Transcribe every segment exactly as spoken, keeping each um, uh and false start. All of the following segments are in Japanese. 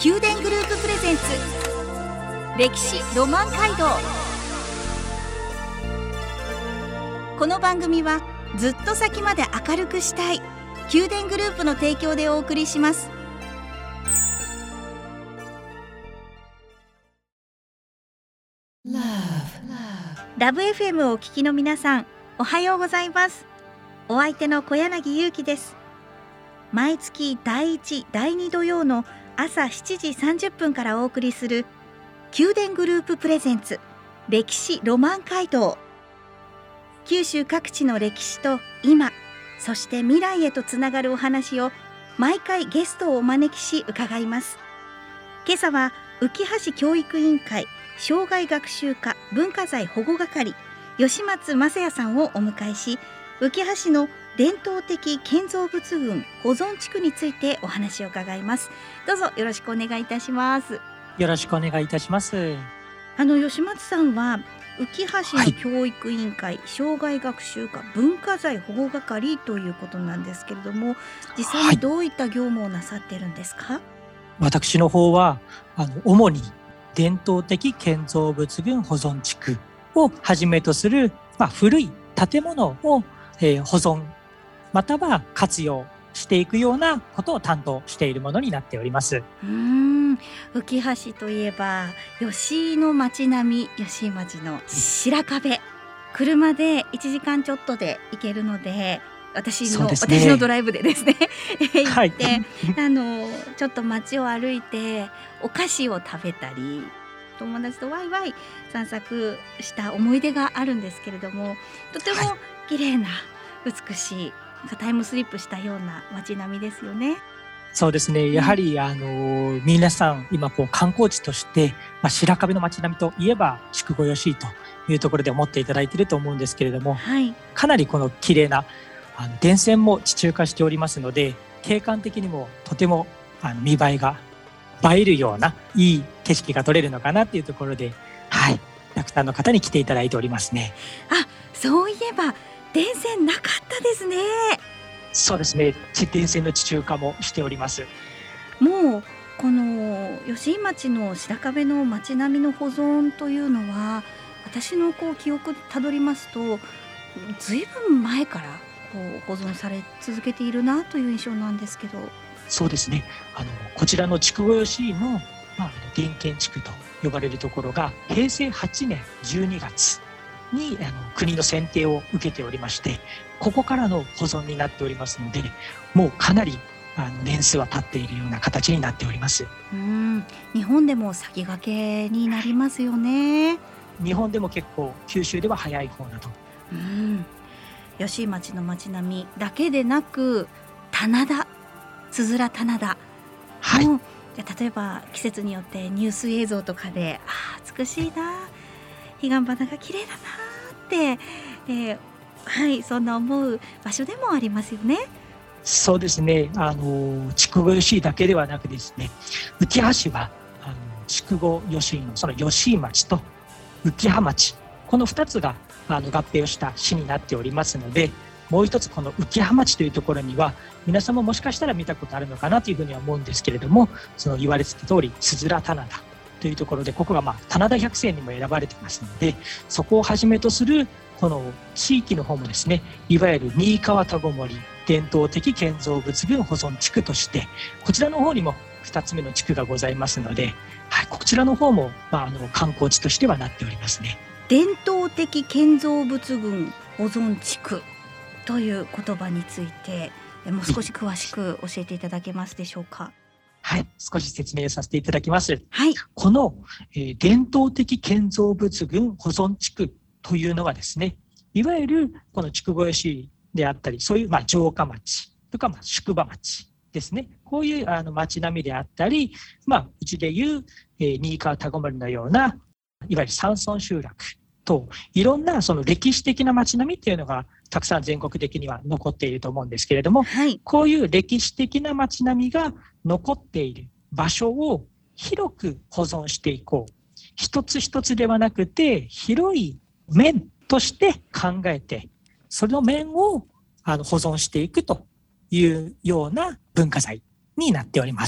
宮殿グループプレゼンツ歴史ロマン街道。この番組はずっと先まで明るくしたい宮殿グループの提供でお送りします。ラブ エフエム をお聞きの皆さん、おはようございます。お相手の小柳ゆうきです。毎月だいいち、だいに土曜の朝しちじさんじゅっぷんからお送りする宮殿グループプレゼンツ歴史ロマン街道。九州各地の歴史と今、そして未来へとつながるお話を毎回ゲストをお招きし伺います。今朝は浮橋教育委員会生涯学習課文化財保護係吉松正也さんをお迎えし、浮橋の伝統的建造物群保存地区についてお話を伺います。どうぞよろしくお願いいたします。 よろしくお願いいたします。 あの吉松さんは浮橋の教育委員会、はい、生涯学習課文化財保護係ということなんですけれども、実際にどういった業務をなさっているんですか？はい、 私の方はあの主に伝統的建造物群保存地区をはじめとする、まあ、古い建物を、えー、保存または活用していくようなことを担当しているものになっております。 うーん、浮橋といえば吉井の町並み、吉井町の白壁、車でいちじかんちょっとで行けるので、私の、ね、私のドライブでですね行って、はい、あのちょっと街を歩いてお菓子を食べたり、友達とワイワイ散策した思い出があるんですけれども、とても綺麗な、美しい、タイムスリップしたような街並みですよね。 そうですね。やはり、うん、あの皆さん今こう観光地として、まあ、白壁の街並みといえば筑後吉井というところで思っていただいていると思うんですけれども、はい、かなりこの綺麗なあの電線も地中化しておりますので、景観的にもとてもあの見栄えが映えるようないい景色が撮れるのかなっていうところで、はい、たくさんの方に来ていただいておりますね。 あ、そういえば電線なかったですね。 そうですね。電線の地中化もしております。 もうこの吉井町の白壁の街並みの保存というのは、私のこう記憶たどりますと、ずいぶん前からこう保存され続けているなという印象なんですけど。 そうですね。あのこちらの筑後吉井の、まあ、原建地区と呼ばれるところがへいせいはちねんじゅうにがつにあの国の選定を受けておりまして、ここからの保存になっておりますので、もうかなりあの年数は経っているような形になっております。 うん、日本でも先駆けになりますよね。 日本でも結構九州では早い方だと。 うん、吉井町の街並みだけでなく、棚田、つづら棚田、はい、例えば季節によってニュース映像とかで、あー美しいな、彼岸花が綺麗だなって、えー、はい、そんな思う場所でもありますよね。 そうですね。あの筑後吉井だけではなくですね、浮橋はあの筑後吉井のその吉井町と浮羽町、このふたつがあの合併をした市になっておりますので、もう一つこの浮羽町というところには皆さんももしかしたら見たことあるのかなというふうには思うんですけれども、その言われてた通りつづら棚田というところで、ここがまあ棚田百選にも選ばれてますので、そこをはじめとするこの地域の方もですね、いわゆる新川田子守伝統的建造物群保存地区として、こちらの方にもふたつめの地区がございますので、はい、こちらの方も、まあ、あの観光地としてはなっておりますね。 伝統的建造物群保存地区という言葉について、もう少し詳しく教えていただけますでしょうか？ はい、少し説明させていただきます。 はい、 この、えー、伝統的建造物群保存地区というのはですね、いわゆるこの筑後吉井であったり、そういうまあ城下町とかまあ宿場町ですね、こういうあの町並みであったり、まあ、うちでいう、えー、新川田子守のようないわゆる山村集落と、いろんなその歴史的な町並みっていうのがたくさん全国的には残っていると思うんですけれども、はい、こういう歴史的な町並みが残っている場所を広く保存していこう、一つ一つではなくて広い面として考えて、その面をあの保存していくというような文化財になっております。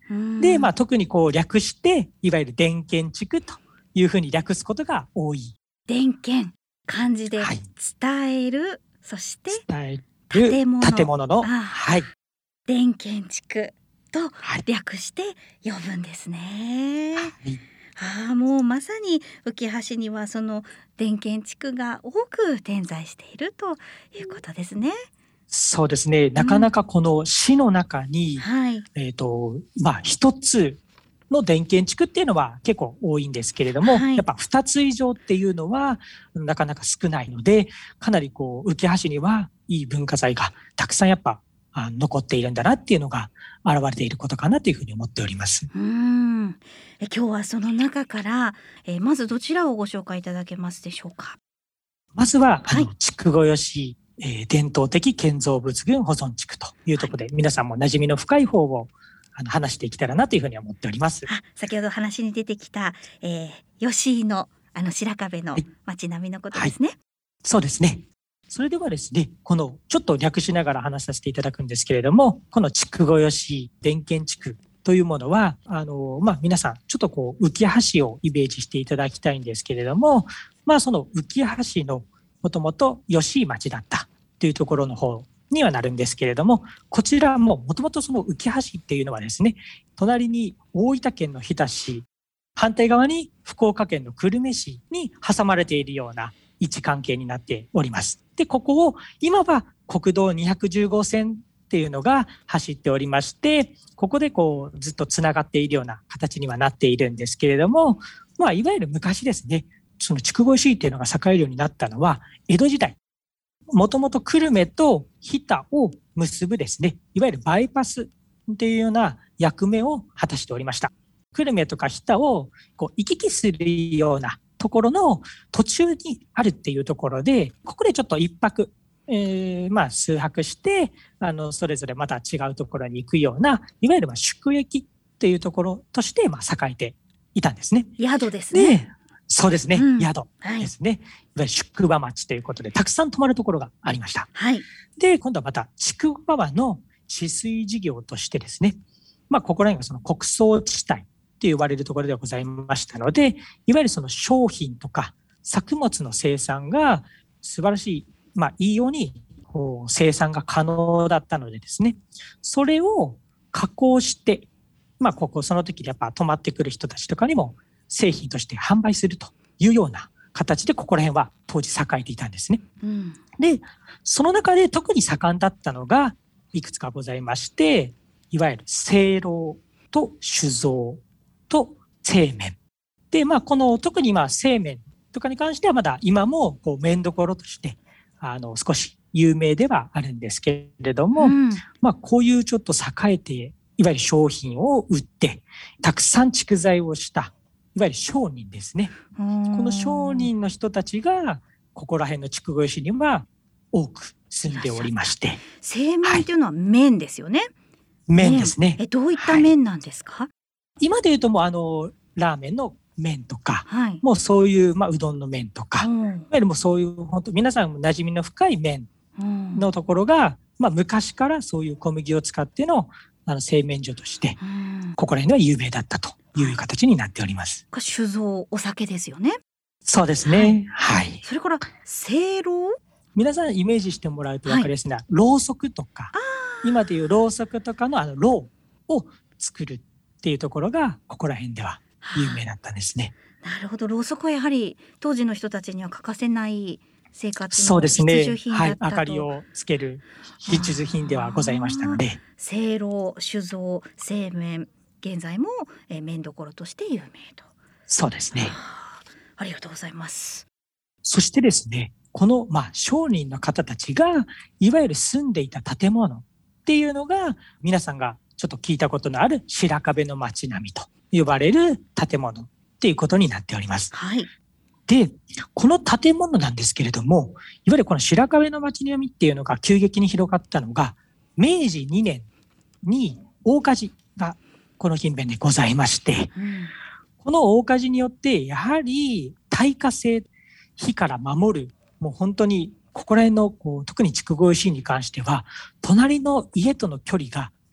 で、まあ、特にこう略していわゆる田県地区というふうに略すことが多い。 田県、漢字で伝える、はい、そして伝える建物、建物の、はい、 田県地区と略して呼ぶんですね。はい、ああ、もうまさに浮橋にはその田県地区が多く点在しているということですね。 そうですね。なかなかこの市の中に、うん、 はい、 えっと、まあ一つの田県地区っていうのは結構多いんですけれども、はい、やっぱ二つ以上っていうのはなかなか少ないので、かなりこう浮橋にはいい文化財がたくさんやっぱ残っているんだなっていうのが現れていることかなというふうに思っております。 うーん、え今日はその中から、えまずどちらをご紹介いただけますでしょうか。 まずは、はい、あの筑後吉、えー、伝統的建造物群保存地区というところで、はい、皆さんも馴染みの深い方をあの話していけたらなというふうに思っております。 あ、先ほど話に出てきた、えー、吉井のあの白壁の街並みのことですね。はいはい、 そうですね。それではですね、このちょっと略しながら話させていただくんですけれども、この筑後吉田県地区というものは、あの、まあ、皆さんちょっとこう浮橋をイメージしていただきたいんですけれども、まあ、その浮橋のもともと吉井町だったというところの方にはなるんですけれども、こちらももともとその浮橋っていうのはですね、隣に大分県の日田市、反対側に福岡県の久留米市に挟まれているような位置関係になっております。で、ここを今は国道にひゃくじゅうごせんっていうのが走っておりまして、ここでこうずっとつながっているような形にはなっているんですけれども、まあ、いわゆる昔ですね、その筑後吉井っていうのが栄えるようになったのは江戸時代。もともと久留米と日田を結ぶですね、いわゆるバイパスっていうような役目を果たしておりました。久留米とか日田をこう行き来するようなところの途中にあるっていうところで、ここでちょっと一泊、えー、まあ数泊して、あの、それぞれまた違うところに行くような、いわゆるまあ宿駅っていうところとしてまあ栄えていたんですね。 宿ですね。 でそうですね、うん、宿ですね、はい、いわゆる宿場町ということで、たくさん泊まるところがありました。 はい。 で、今度はまた筑後川の治水事業としてですね、まあ、ここら辺がその国葬地帯と呼ばれるところではございましたので、いわゆるその商品とか作物の生産が素晴らしい、まあ、いいようにこう生産が可能だったのでですね、それを加工して、まあ、ここその時でやっぱ泊まってくる人たちとかにも製品として販売するというような形で、ここら辺は当時栄えていたんですね。うん、で、その中で特に盛んだったのがいくつかございまして、いわゆる青楼と酒造と製麺。で、まあ、この特にまあ製麺とかに関してはまだ今もこう麺どころとしてあの少し有名ではあるんですけれども、うん、まあ、こういうちょっと栄えていわゆる商品を売ってたくさん蓄財をしたいわゆる商人ですね。この商人の人たちがここら辺の筑後吉には多く住んでおりまして、 製麺というのは麺ですよね。はい、 麺ですね。 え、どういった麺なんですか？はい、 今でいうともうあのラーメンの麺とか、はい、もうそういう、まあ、うどんの麺とか、うん、いわゆるもうそういう本当皆さん馴染みの深い麺のところが、うん、まあ、昔からそういう小麦を使ってのあの製麺所として、うん、ここら辺では有名だったという形になっております。 酒造、お酒ですよね。 そうですね。はい。はい、 それから青楼、 皆さんイメージしてもらうと分かりやすいのは、はい、ろうそくとか、今でいうろうそくとかのあのろうを作るっていうところがここら辺では有名だったんですね。 なるほど。ろうそくはやはり当時の人たちには欠かせない生活の必需品だったと。そうですね。はい、 明かりをつける必需品ではございましたので、 青楼、酒造、製麺、現在も、えー、麺どころとして有名と。 そうですね。 ありがとうございます。 そしてですね、この、まあ、商人の方たちがいわゆる住んでいた建物っていうのが皆さんがちょっと聞いたことのある白壁の町並みと呼ばれる建物っていうことになっております。 はい。 で、この建物なんですけれども、いわゆるこの白壁の町並みっていうのが急激に広がったのがめいじにねんに大火事がこの近辺でございまして、うん、この大火事によってやはり耐火性、火から守る、もう本当にここら辺のこう特に筑後吉井に関しては隣の家との距離が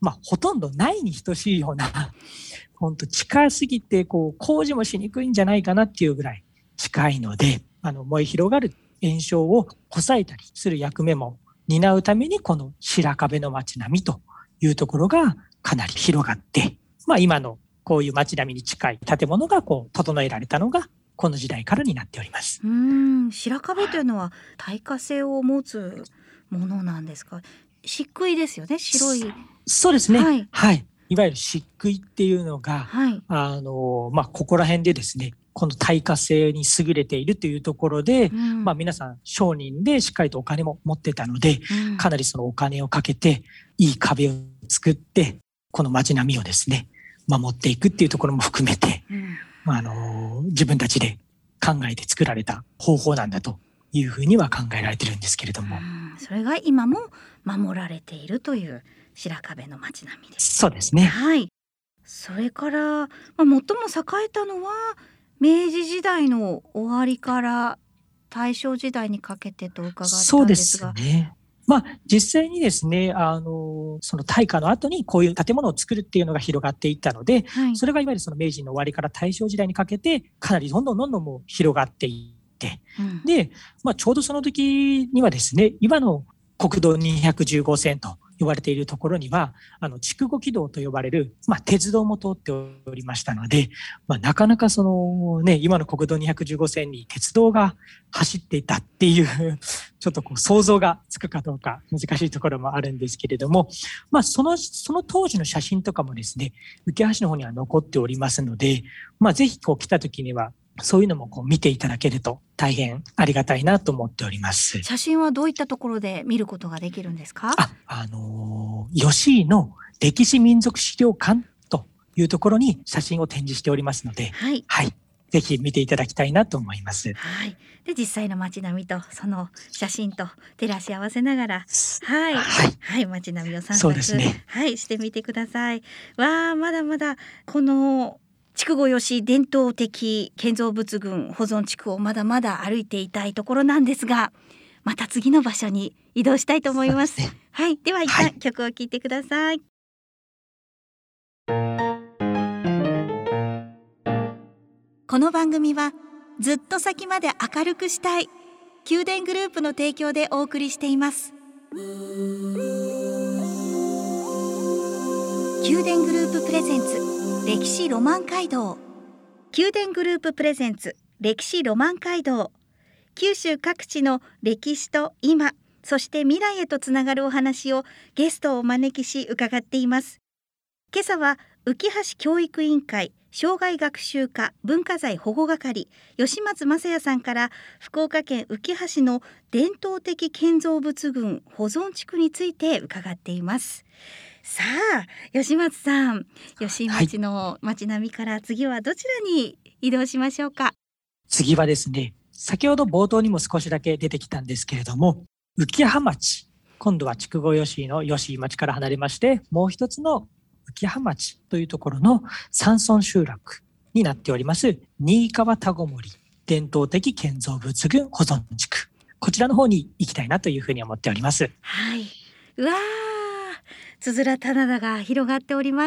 まあ、ほとんどないに等しいような本当近すぎてこう工事もしにくいんじゃないかなっていうぐらい近いので、あの燃え広がる炎症を抑えたりする役目も担うために、この白壁の街並みというところがかなり広がって、まあ、今のこういう街並みに近い建物がこう整えられたのがこの時代からになっております。 うーん、白壁というのは耐火性を持つものなんですか？漆喰ですよね、白い。 そうですね、 ははい、はい、いわゆる漆喰っていうのが、 はい、 あのまあ、ここら辺でですね、この耐火性に優れているというところで、 うん、 まあ、皆さん商人でしっかりとお金も持ってたので、 うん、 かなりそのお金をかけていい壁を作って、この街並みをですね守っていくっていうところも含めて、 うん、 まあ、あの自分たちで考えて作られた方法なんだというふうには考えられてるんですけれども、 うん、それが今も守られているという白壁の街並みです。 そうですね。 はい。それから、まあ、最も栄えたのは明治時代の終わりから大正時代にかけてと伺ったんですが。 そうですね。まあ、実際にですね、あの、その大火の後にこういう建物を作るっていうのが広がっていったので、 はい、 それがいわゆるその明治の終わりから大正時代にかけて、かなりどんどんどんどんもう広がっていって、 うん、 で、まあ、ちょうどその時にはですね、今の国道にひゃくじゅうごせんと呼ばれているところには、あの筑後軌道と呼ばれる、まあ、鉄道も通っておりましたので、まあ、なかなかそのね、今の国道にひゃくじゅうごせんに鉄道が走っていたっていうちょっとこう想像がつくかどうか難しいところもあるんですけれども、まあ、そのその当時の写真とかもですね、浮橋の方には残っておりますので、まあ、ぜひこう来た時にはそういうのもこう見ていただけると大変ありがたいなと思っております。 写真はどういったところで見ることができるんですか？ あ、あのー、吉井の歴史民族資料館というところに写真を展示しておりますので、 はい、 はい、ぜひ見ていただきたいなと思います。 はい。で、実際の街並みとその写真と照らし合わせながら、はい、 はい、 はい、街並みを散そう策、 ですね。 はい、してみてください。わあ、まだまだこの筑後吉伝統的建造物群保存地区をまだまだ歩いていたいところなんですが、また次の場所に移動したいと思います。 そうですね。 はい、では一はい旦曲を聴いてください。この番組はずっと先まで明るくしたい宮殿グループの提供でお送りしています。宮殿グループプレゼンツ歴史ロマン街道。宮殿グループプレゼンツ歴史ロマン街道。九州各地の歴史と今、そして未来へとつながるお話をゲストをお招きし伺っています。今朝は浮橋教育委員会障害学習課文化財保護係吉松正也さんから福岡県浮橋の伝統的建造物群保存地区について伺っています。さあ吉松さん、吉井町の町並みから次はどちらに移動しましょうか？ 次はですね、先ほど冒頭にも少しだけ出てきたんですけれども、浮羽町、今度は筑後吉井の吉井町から離れまして、もう一つの浮羽町というところの山村集落になっております新川田子森伝統的建造物群保存地区、こちらの方に行きたいなというふうに思っております。 はい、うわー、つづら棚田が広がっております。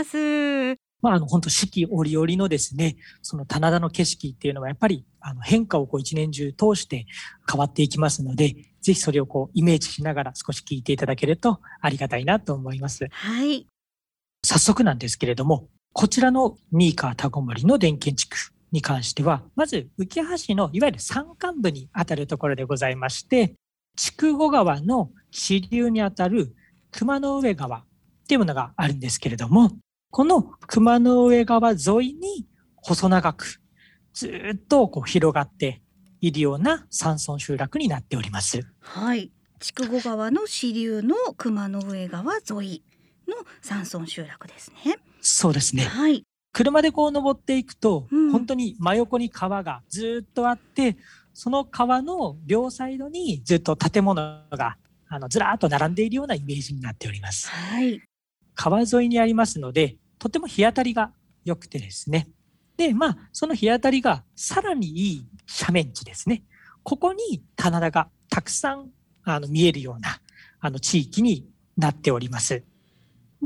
まあ、あの本当四季折々のですね、その棚田の景色っていうのはやっぱりあの変化をこう一年中通して変わっていきますので、ぜひそれをこうイメージしながら少し聞いていただけるとありがたいなと思います。 はい、 早速なんですけれども、こちらの新川田子森の伝建地区に関しては、まず浮橋のいわゆる山間部にあたるところでございまして、筑後川の支流にあたる熊の上川っていうものがあるんですけれども、この熊の上川沿いに細長くずっとこう広がっているような山村集落になっております。 はい、筑後川の支流の熊の上川沿いの山村集落ですね。 そうですね。 はい、 車でこう登っていくと、 うん、 本当に真横に川がずっとあって、その川の両サイドにずっと建物があのずらーっと並んでいるようなイメージになっております。 はい、 川沿いにありますので、とても日当たりが良くてですね。で、まあ、その日当たりがさらにいい斜面地ですね。ここに棚田がたくさんあの見えるようなあの地域になっております。で、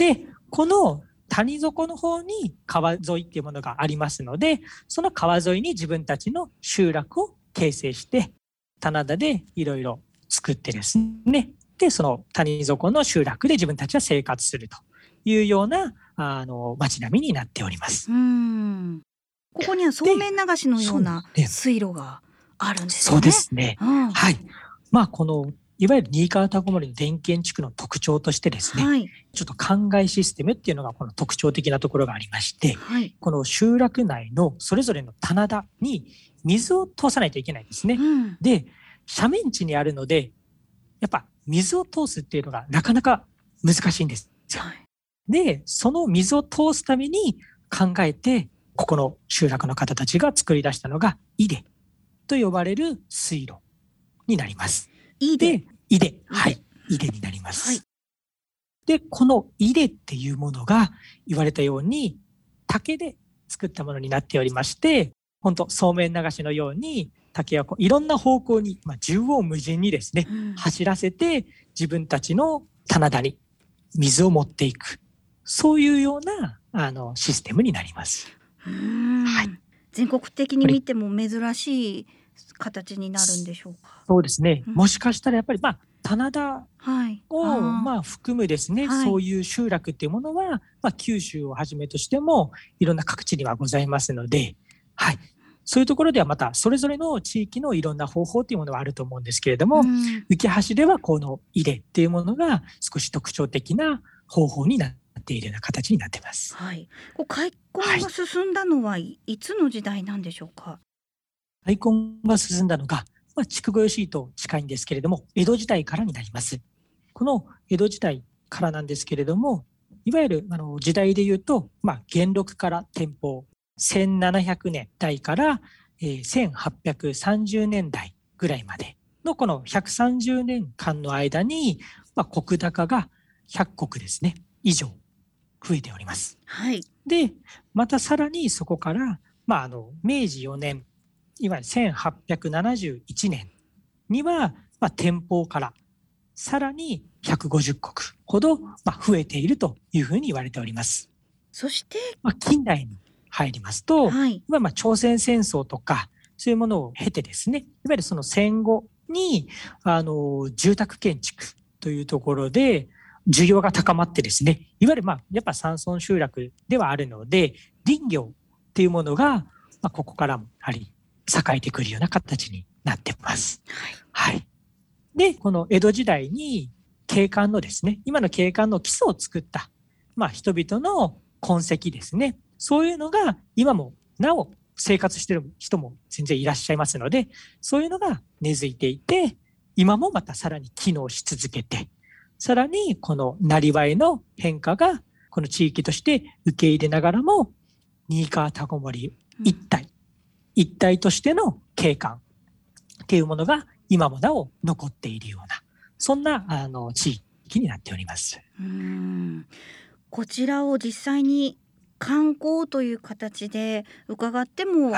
この谷底の方に川沿いっていうものがありますので、その川沿いに自分たちの集落を形成して、棚田でいろいろ作ってですね、でその谷底の集落で自分たちは生活するというようなあの街並みになっております。 うーん、ここにはそうめん流しのような水路があるんですね。 そうですね、 うん、 はい。まあこのいわゆる新川タコ森の田園地区の特徴としてですね、はい、ちょっと灌漑システムっていうのがこの特徴的なところがありまして、はい、この集落内のそれぞれの棚田に水を通さないといけないんですね、うん、で斜面地にあるのでやっぱ水を通すっていうのがなかなか難しいんですよ、はい、でその水を通すために考えてここの集落の方たちが作り出したのが井出と呼ばれる水路になります。井出、井出、はい、井出になります。はい、で、この井出っていうものが言われたように竹で作ったものになっておりまして、本当そうめん流しのように竹はこういろんな方向に、まあ、縦横無尽にですね、うん、走らせて自分たちの棚田に水を持っていく、そういうようなあのシステムになります。 うーん、はい、全国的に見ても珍しい形になるんでしょうか。 そうですね、うん、もしかしたらやっぱり、まあ、棚田を、はい、まあ、含むですね、はい、そういう集落っていうものは、まあ、九州をはじめとしてもいろんな各地にはございますので、はい、そういうところではまたそれぞれの地域のいろんな方法というものはあると思うんですけれども、うん、浮橋ではこの井出っていうものが少し特徴的な方法になっているような形になっています。 はい、こう開墾が進んだのはい、いつの時代なんでしょうか。 開墾が進んだのが、まあ、筑後吉井と近いんですけれども江戸時代からになります。この江戸時代からなんですけれども、いわゆるあの時代でいうと、まあ、元禄から天保せんななひゃくねんだいから、えー、せんはっぴゃくさんじゅうねんだいぐらいまでのこのひゃくさんじゅうねんかんの間に、まあ、石高がひゃっこくですね以上増えております。 はい、 でまたさらにそこから、まあ、あの明治よねん、いわゆるせんはっぴゃくななじゅういちねんには、まあ、天保からさらにひゃくごじゅっこくほど、まあ、増えているというふうに言われております。 そして、 まあ、近代に入りますと、はい、まあ、朝鮮戦争とかそういうものを経てですね、いわゆるその戦後にあの住宅建築というところで需要が高まってですね、いわゆるまあやっぱ山村集落ではあるので林業っていうものが、まあ、ここからもやはり栄えてくるような形になっています。はい。はい、で、この江戸時代に景観のですね、今の景観の基礎を作った、まあ、人々の痕跡ですね。そういうのが今もなお生活している人も全然いらっしゃいますので、そういうのが根付いていて、今もまたさらに機能し続けて、さらにこのなりわいの変化がこの地域として受け入れながらも、新川タコ森一体、うん、一体としての景観っていうものが今もなお残っているような、そんなあの地域になっております。 うーん、こちらを実際に観光という形で伺っても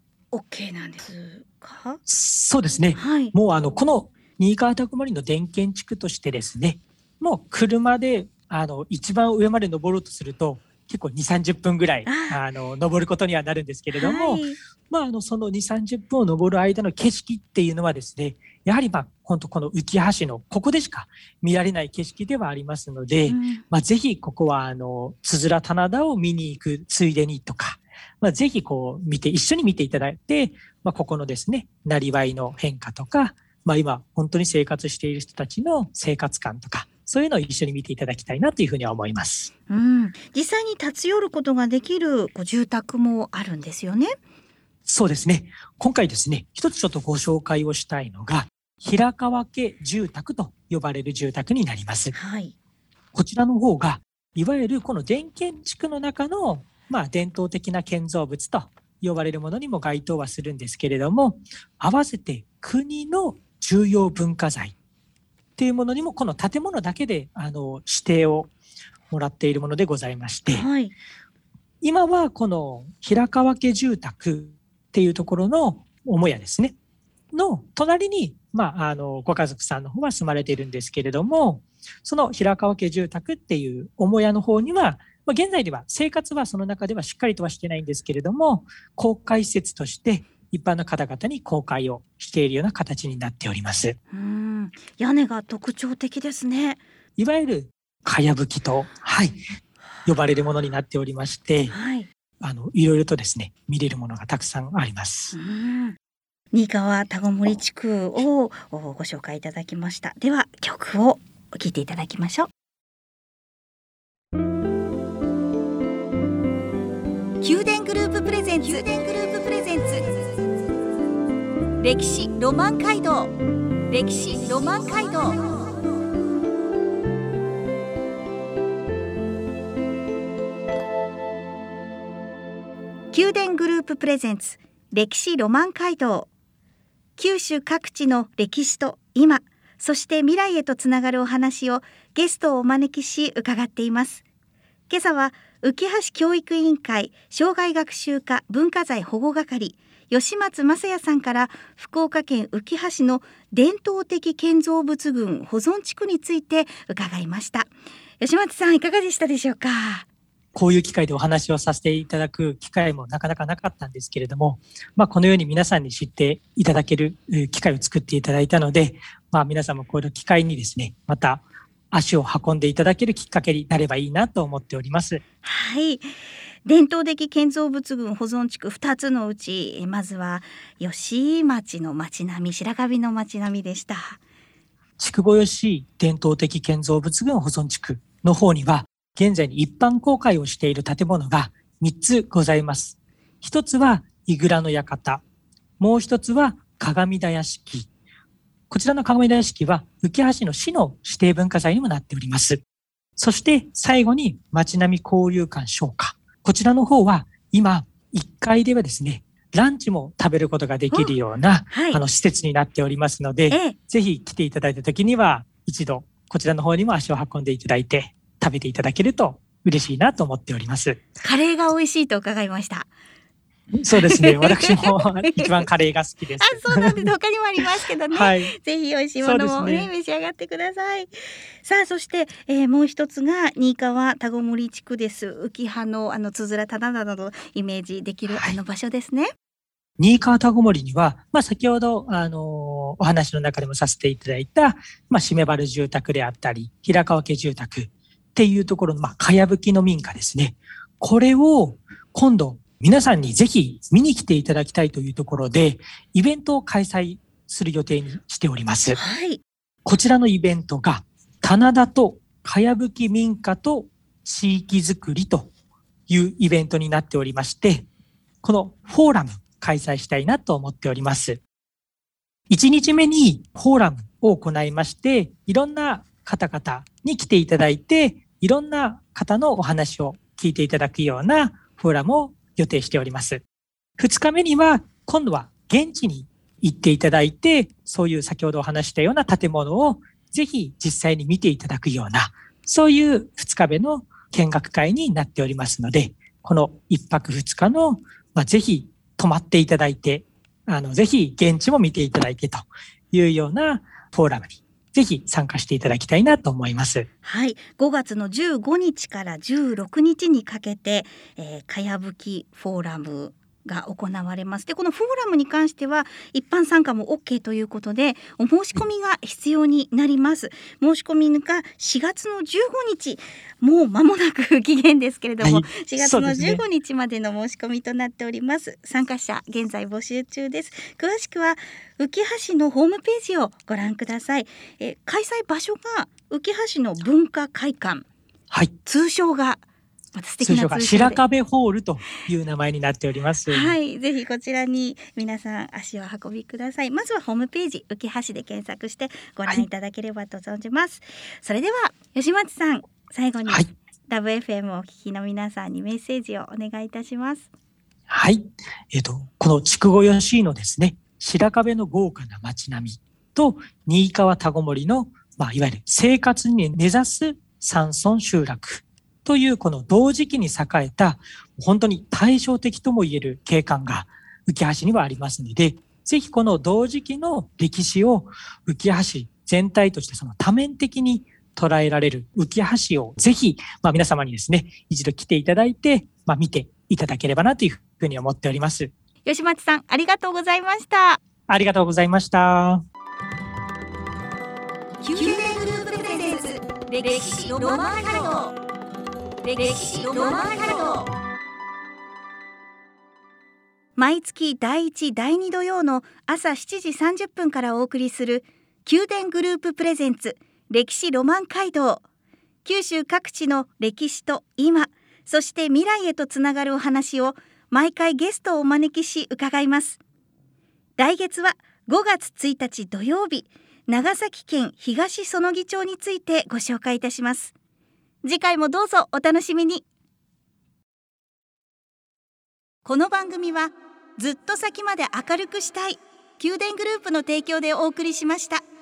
OK なんですか？はい、 そうですね、はい、もうあのこの新川タコ森の田園地区としてですね、もう車であの一番上まで登ろうとすると結構にじゅう、さんじゅっぷんぐらいあの登ることにはなるんですけれども、はい、まあ、あのそのにじゅう、さんじゅっぷんを登る間の景色っていうのはですね、やはりまあ本当この浮橋のここでしか見られない景色ではありますので、うん、まあ、ぜひここはあのつづら棚田を見に行くついでにとか、まあ、ぜひこう見て一緒に見ていただいて、まあ、ここのですねなりわいの変化とか、まあ、今本当に生活している人たちの生活感とか、そういうのを一緒に見ていただきたいなというふうには思います。 うん、実際に立ち寄ることができるご住宅もあるんですよね。 そうですね。今回ですね、一つちょっとご紹介をしたいのが平川家住宅と呼ばれる住宅になります。 はい、 こちらの方がいわゆるこの田園地区の中の、まあ、伝統的な建造物と呼ばれるものにも該当はするんですけれども、合わせて国の重要文化財っていうものにもこの建物だけであの指定をもらっているものでございまして、はい、今はこの平川家住宅っていうところの母屋ですねの隣にまあ、あのご家族さんの方は住まれているんですけれども、その平川家住宅っていう母屋の方には、まあ、現在では生活はその中ではしっかりとはしてないんですけれども、公開施設として一般の方々に公開をしているような形になっております。 うん、屋根が特徴的ですね。 いわゆるかやぶきと、はい、呼ばれるものになっておりまして、 はい、 あのいろいろとですね、見れるものがたくさんあります。 うん、新川田子森地区をご紹介いただきました。では曲を聴いていただきましょう。宮殿グループプレゼンツ、宮殿グループプレゼンツ、歴史ロマン街道、歴史ロマン街道。宮殿グループプレゼンツ、歴史ロマン街道。九州各地の歴史と今、そして未来へとつながるお話をゲストをお招きし伺っています。今朝は浮橋教育委員会障害学習課文化財保護係吉松正也さんから、福岡県浮橋の伝統的建造物群保存地区について伺いました。吉松さん、いかがでしたでしょうか？ こういう機会でお話をさせていただく機会もなかなかなかったんですけれども、まあ、このように皆さんに知っていただける機会を作っていただいたので、まあ、皆さんもこういう機会にですね、また足を運んでいただけるきっかけになればいいなと思っております。 はい、伝統的建造物群保存地区ふたつのうち、まずは吉井町の町並み、白神の町並みでした。 筑後吉伝統的建造物群保存地区の方には、現在に一般公開をしている建物がみっつございます。一つは井倉の館、もう一つは鏡田屋敷。こちらの鏡田屋敷は浮橋の市の指定文化財にもなっております。そして最後に町並み交流館商家。こちらの方は今いっかいではですね、ランチも食べることができるような、はい、あの施設になっておりますので、ええ、ぜひ来ていただいた時には一度こちらの方にも足を運んでいただいて食べていただけると嬉しいなと思っております。 カレーが美味しいと伺いました。 そうですね。私も一番カレーが好きです。 あ、そうなんです。他にもありますけどね。はい、ぜひ美味しいものも、ねね、召し上がってください。さあ、そして、えー、もう一つが新川田子森地区です。浮葉のあのつづら棚などのイメージできる、はい、あの場所ですね。 新川田子森には、まあ、先ほど、あのー、お話の中でもさせていただいた、まあ、しめばる住宅であったり、平川家住宅っていうところの、まあ、かやぶきの民家ですね。これを今度、皆さんにぜひ見に来ていただきたいというところで、イベントを開催する予定にしております。 はい、 こちらのイベントが、棚田とかやぶき民家と地域づくりというイベントになっておりまして、このフォーラム開催したいなと思っております。いちにちめにフォーラムを行いまして、いろんな方々に来ていただいて、いろんな方のお話を聞いていただくようなフォーラムを予定しております。ふつかめには今度は現地に行っていただいて、そういう先ほどお話したような建物をぜひ実際に見ていただくような、そういうふつかめの見学会になっておりますので、このいっぱくふつかの、まあ、ぜひ泊まっていただいて、あのぜひ現地も見ていただいてというようなフォーラムにぜひ参加していただきたいなと思います。 はい、ごがつのじゅうごにちからじゅうろくにちにかけて、えー、かやぶきフォーラムが行われます。で、このフォーラムに関しては一般参加も OK ということで、お申し込みが必要になります。申し込みがしがつのじゅうごにち、もう間もなく期限ですけれども、はい、しがつのじゅうごにちまでの申し込みとなっております。参加者現在募集中です。詳しくは浮橋のホームページをご覧ください。え開催場所が浮橋の文化会館、 はい、 通称がまた素敵な通称で白壁ホールという名前になっております。 はい、ぜひこちらに皆さん足を運びください。まずはホームページ浮橋で検索してご覧いただければと存じます。はい、それでは吉松さん、最後に、はい、ラブ エフエム をお聞きの皆さんにメッセージをお願いいたします。 はい、えっとこの筑後吉井のですね、白壁の豪華な街並みと新川田子森の、まあ、いわゆる生活に根ざす山村集落というこの同時期に栄えた本当に対照的ともいえる景観が浮橋にはありますので、 ぜひこの同時期の歴史を浮橋全体としてその多面的に捉えられる浮橋をぜひ、まあ、皆様にですね、一度来ていただいて、まあ、見ていただければなというふうに思っております。 吉松さん、ありがとうございました。 ありがとうございました。 宮殿グループプレゼンツ歴史ロマン街道、歴史ロマン街道。毎月だいいち、だいに土曜の朝しちじさんじゅっぷんからお送りする宮殿グループプレゼンツ歴史ロマン街道。九州各地の歴史と今、そして未来へとつながるお話を毎回ゲストをお招きし伺います。来月はごがつついたち土曜日、長崎県東園木町についてご紹介いたします。次回もどうぞお楽しみに。この番組はずっと先まで明るくしたい宮殿グループの提供でお送りしました。